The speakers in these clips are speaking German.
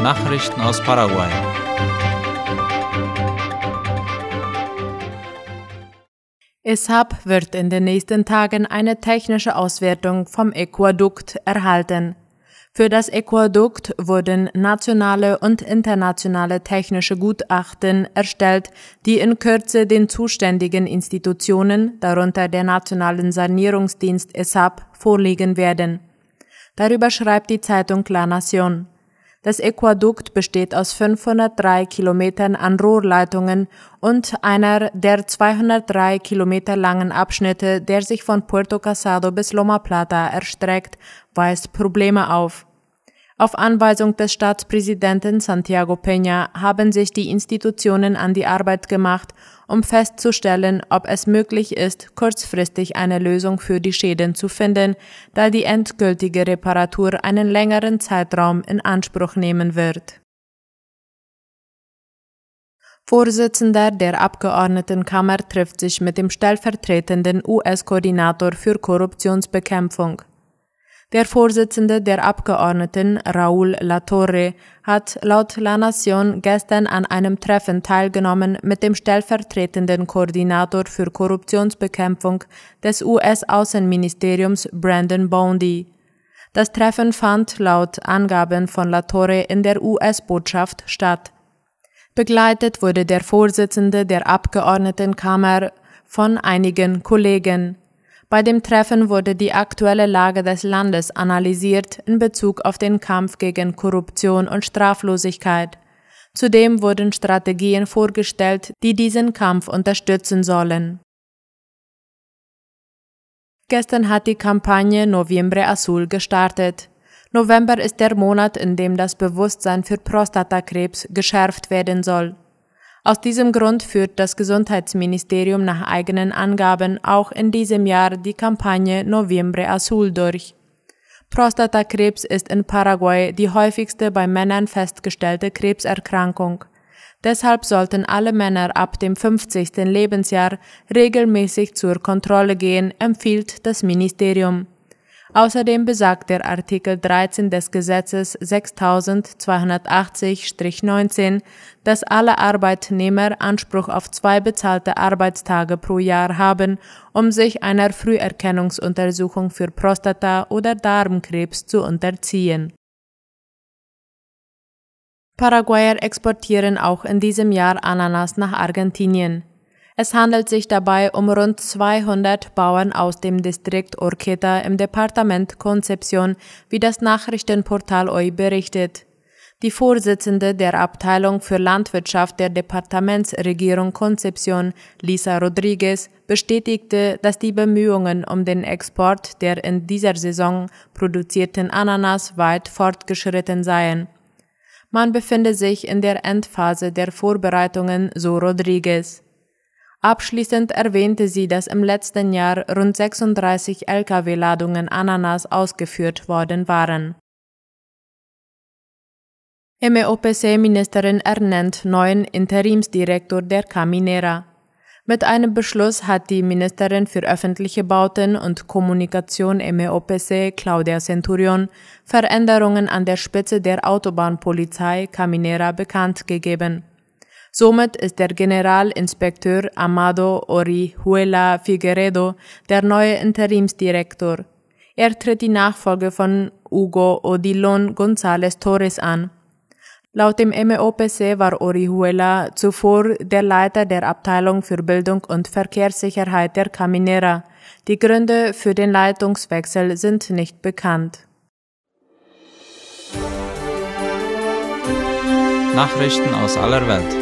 Nachrichten aus Paraguay. ESAP wird in den nächsten Tagen eine technische Auswertung vom Aquädukt erhalten. Für das Aquädukt wurden nationale und internationale technische Gutachten erstellt, die in Kürze den zuständigen Institutionen, darunter der Nationalen Sanierungsdienst ESAP, vorlegen werden. Darüber schreibt die Zeitung La Nación. Das Aquädukt besteht aus 503 Kilometern an Rohrleitungen und einer der 203 Kilometer langen Abschnitte, der sich von Puerto Casado bis Loma Plata erstreckt, weist Probleme auf. Auf Anweisung des Staatspräsidenten Santiago Peña haben sich die Institutionen an die Arbeit gemacht, um festzustellen, ob es möglich ist, kurzfristig eine Lösung für die Schäden zu finden, da die endgültige Reparatur einen längeren Zeitraum in Anspruch nehmen wird. Vorsitzender der Abgeordnetenkammer trifft sich mit dem stellvertretenden US-Koordinator für Korruptionsbekämpfung. Der Vorsitzende der Abgeordneten, Raúl Latorre, hat laut La Nación gestern an einem Treffen teilgenommen mit dem stellvertretenden Koordinator für Korruptionsbekämpfung des US-Außenministeriums Brandon Bondi. Das Treffen fand laut Angaben von Latorre in der US-Botschaft statt. Begleitet wurde der Vorsitzende der Abgeordnetenkammer von einigen Kollegen. Bei dem Treffen wurde die aktuelle Lage des Landes analysiert in Bezug auf den Kampf gegen Korruption und Straflosigkeit. Zudem wurden Strategien vorgestellt, die diesen Kampf unterstützen sollen. Gestern hat die Kampagne Noviembre Azul gestartet. November ist der Monat, in dem das Bewusstsein für Prostatakrebs geschärft werden soll. Aus diesem Grund führt das Gesundheitsministerium nach eigenen Angaben auch in diesem Jahr die Kampagne Noviembre Azul durch. Prostatakrebs ist in Paraguay die häufigste bei Männern festgestellte Krebserkrankung. Deshalb sollten alle Männer ab dem 50. Lebensjahr regelmäßig zur Kontrolle gehen, empfiehlt das Ministerium. Außerdem besagt der Artikel 13 des Gesetzes 6280-19, dass alle Arbeitnehmer Anspruch auf 2 bezahlte Arbeitstage pro Jahr haben, um sich einer Früherkennungsuntersuchung für Prostata- oder Darmkrebs zu unterziehen. Paraguayer exportieren auch in diesem Jahr Ananas nach Argentinien. Es handelt sich dabei um rund 200 Bauern aus dem Distrikt Urqueta im Departement Concepción, wie das Nachrichtenportal Hoy berichtet. Die Vorsitzende der Abteilung für Landwirtschaft der Departementsregierung Concepción, Lisa Rodriguez, bestätigte, dass die Bemühungen um den Export der in dieser Saison produzierten Ananas weit fortgeschritten seien. Man befinde sich in der Endphase der Vorbereitungen, so Rodriguez. Abschließend erwähnte sie, dass im letzten Jahr rund 36 Lkw-Ladungen Ananas ausgeführt worden waren. MEOPC-Ministerin ernennt neuen Interimsdirektor der Caminera. Mit einem Beschluss hat die Ministerin für öffentliche Bauten und Kommunikation MEOPC, Claudia Centurion, Veränderungen an der Spitze der Autobahnpolizei Caminera bekannt gegeben. Somit ist der Generalinspekteur Amado Orihuela Figueredo der neue Interimsdirektor. Er tritt die Nachfolge von Hugo Odilon González Torres an. Laut dem MEOPC war Orihuela zuvor der Leiter der Abteilung für Bildung und Verkehrssicherheit der Caminera. Die Gründe für den Leitungswechsel sind nicht bekannt. Nachrichten aus aller Welt.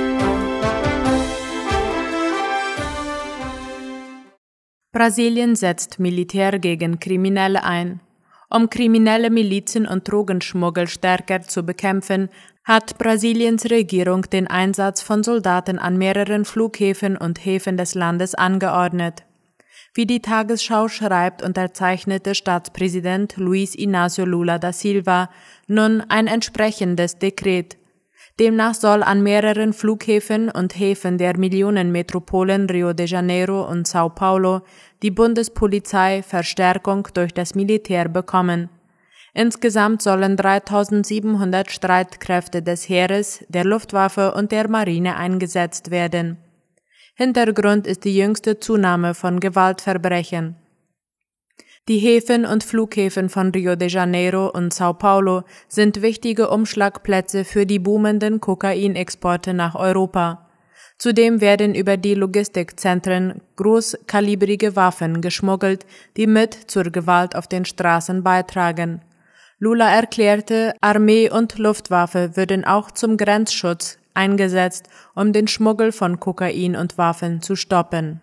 Brasilien setzt Militär gegen Kriminelle ein. Um kriminelle Milizen und Drogenschmuggel stärker zu bekämpfen, hat Brasiliens Regierung den Einsatz von Soldaten an mehreren Flughäfen und Häfen des Landes angeordnet. Wie die Tagesschau schreibt, unterzeichnete Staatspräsident Luiz Inácio Lula da Silva nun ein entsprechendes Dekret. Demnach soll an mehreren Flughäfen und Häfen der Millionenmetropolen Rio de Janeiro und Sao Paulo die Bundespolizei Verstärkung durch das Militär bekommen. Insgesamt sollen 3.700 Streitkräfte des Heeres, der Luftwaffe und der Marine eingesetzt werden. Hintergrund ist die jüngste Zunahme von Gewaltverbrechen. Die Häfen und Flughäfen von Rio de Janeiro und Sao Paulo sind wichtige Umschlagplätze für die boomenden Kokainexporte nach Europa. Zudem werden über die Logistikzentren großkalibrige Waffen geschmuggelt, die mit zur Gewalt auf den Straßen beitragen. Lula erklärte, Armee und Luftwaffe würden auch zum Grenzschutz eingesetzt, um den Schmuggel von Kokain und Waffen zu stoppen.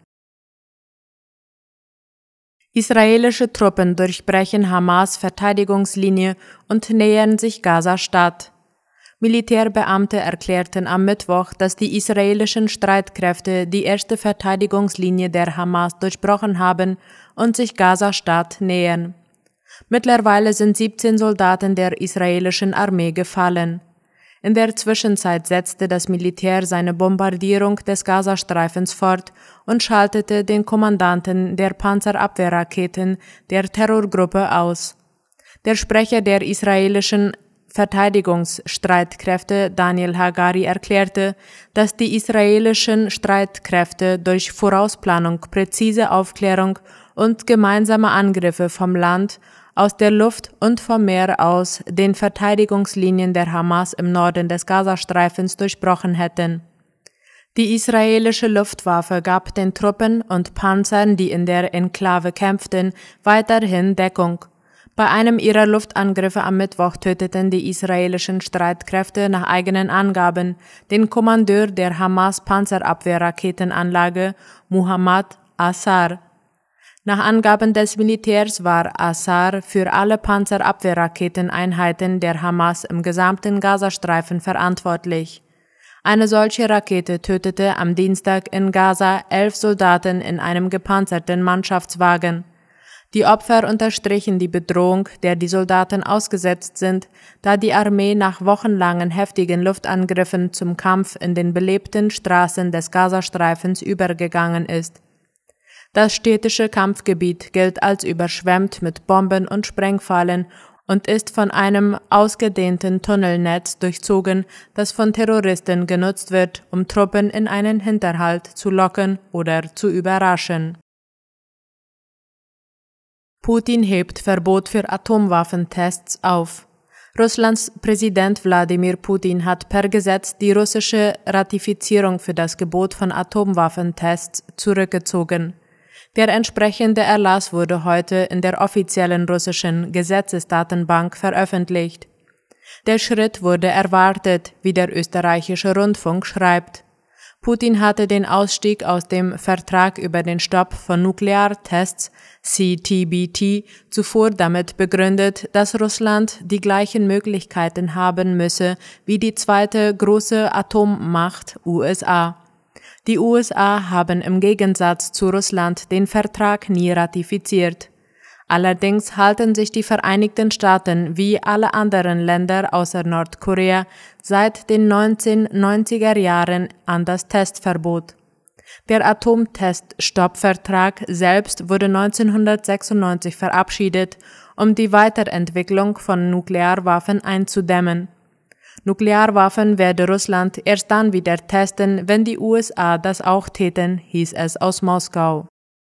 Israelische Truppen durchbrechen Hamas' Verteidigungslinie und nähern sich Gaza-Stadt. Militärbeamte erklärten am Mittwoch, dass die israelischen Streitkräfte die erste Verteidigungslinie der Hamas durchbrochen haben und sich Gaza-Stadt nähern. Mittlerweile sind 17 Soldaten der israelischen Armee gefallen. In der Zwischenzeit setzte das Militär seine Bombardierung des Gazastreifens fort und schaltete den Kommandanten der Panzerabwehrraketen der Terrorgruppe aus. Der Sprecher der israelischen Verteidigungsstreitkräfte Daniel Hagari erklärte, dass die israelischen Streitkräfte durch Vorausplanung, präzise Aufklärung und gemeinsame Angriffe vom Land, aus der Luft und vom Meer aus den Verteidigungslinien der Hamas im Norden des Gazastreifens durchbrochen hätten. Die israelische Luftwaffe gab den Truppen und Panzern, die in der Enklave kämpften, weiterhin Deckung. Bei einem ihrer Luftangriffe am Mittwoch töteten die israelischen Streitkräfte nach eigenen Angaben den Kommandeur der Hamas-Panzerabwehrraketenanlage, Muhammad Assar. Nach Angaben des Militärs war Assar für alle Panzerabwehrraketeneinheiten der Hamas im gesamten Gazastreifen verantwortlich. Eine solche Rakete tötete am Dienstag in Gaza 11 Soldaten in einem gepanzerten Mannschaftswagen. Die Opfer unterstrichen die Bedrohung, der die Soldaten ausgesetzt sind, da die Armee nach wochenlangen heftigen Luftangriffen zum Kampf in den belebten Straßen des Gazastreifens übergegangen ist. Das städtische Kampfgebiet gilt als überschwemmt mit Bomben und Sprengfallen und ist von einem ausgedehnten Tunnelnetz durchzogen, das von Terroristen genutzt wird, um Truppen in einen Hinterhalt zu locken oder zu überraschen. Putin hebt Verbot für Atomwaffentests auf. Russlands Präsident Wladimir Putin hat per Gesetz die russische Ratifizierung für das Gebot von Atomwaffentests zurückgezogen. Der entsprechende Erlass wurde heute in der offiziellen russischen Gesetzesdatenbank veröffentlicht. Der Schritt wurde erwartet, wie der österreichische Rundfunk schreibt. Putin hatte den Ausstieg aus dem Vertrag über den Stopp von Nukleartests CTBT zuvor damit begründet, dass Russland die gleichen Möglichkeiten haben müsse wie die zweite große Atommacht USA. Die USA haben im Gegensatz zu Russland den Vertrag nie ratifiziert. Allerdings halten sich die Vereinigten Staaten wie alle anderen Länder außer Nordkorea seit den 1990er Jahren an das Testverbot. Der Atomteststoppvertrag selbst wurde 1996 verabschiedet, um die Weiterentwicklung von Nuklearwaffen einzudämmen. Nuklearwaffen werde Russland erst dann wieder testen, wenn die USA das auch täten, hieß es aus Moskau.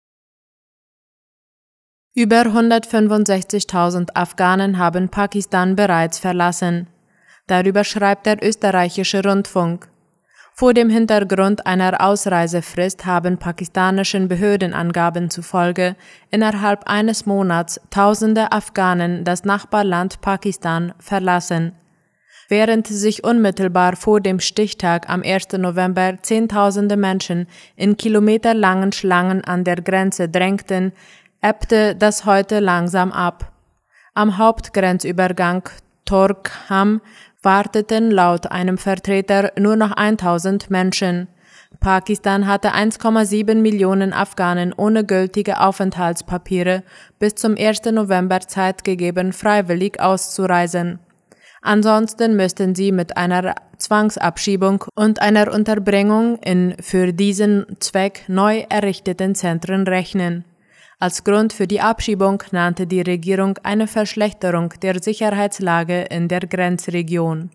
Über 165.000 Afghanen haben Pakistan bereits verlassen. Darüber schreibt der österreichische Rundfunk. Vor dem Hintergrund einer Ausreisefrist haben pakistanischen Behördenangaben zufolge innerhalb eines Monats Tausende Afghanen das Nachbarland Pakistan verlassen. Während sich unmittelbar vor dem Stichtag am 1. November Zehntausende Menschen in kilometerlangen Schlangen an der Grenze drängten, ebbte das heute langsam ab. Am Hauptgrenzübergang Torkham warteten laut einem Vertreter nur noch 1.000 Menschen. Pakistan hatte 1,7 Millionen Afghanen ohne gültige Aufenthaltspapiere bis zum 1. November Zeit gegeben, freiwillig auszureisen. Ansonsten müssten sie mit einer Zwangsabschiebung und einer Unterbringung in für diesen Zweck neu errichteten Zentren rechnen. Als Grund für die Abschiebung nannte die Regierung eine Verschlechterung der Sicherheitslage in der Grenzregion.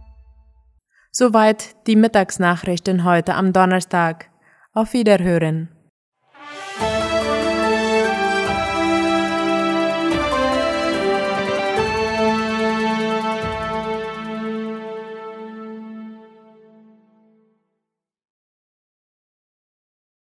Soweit die Mittagsnachrichten heute am Donnerstag. Auf Wiederhören.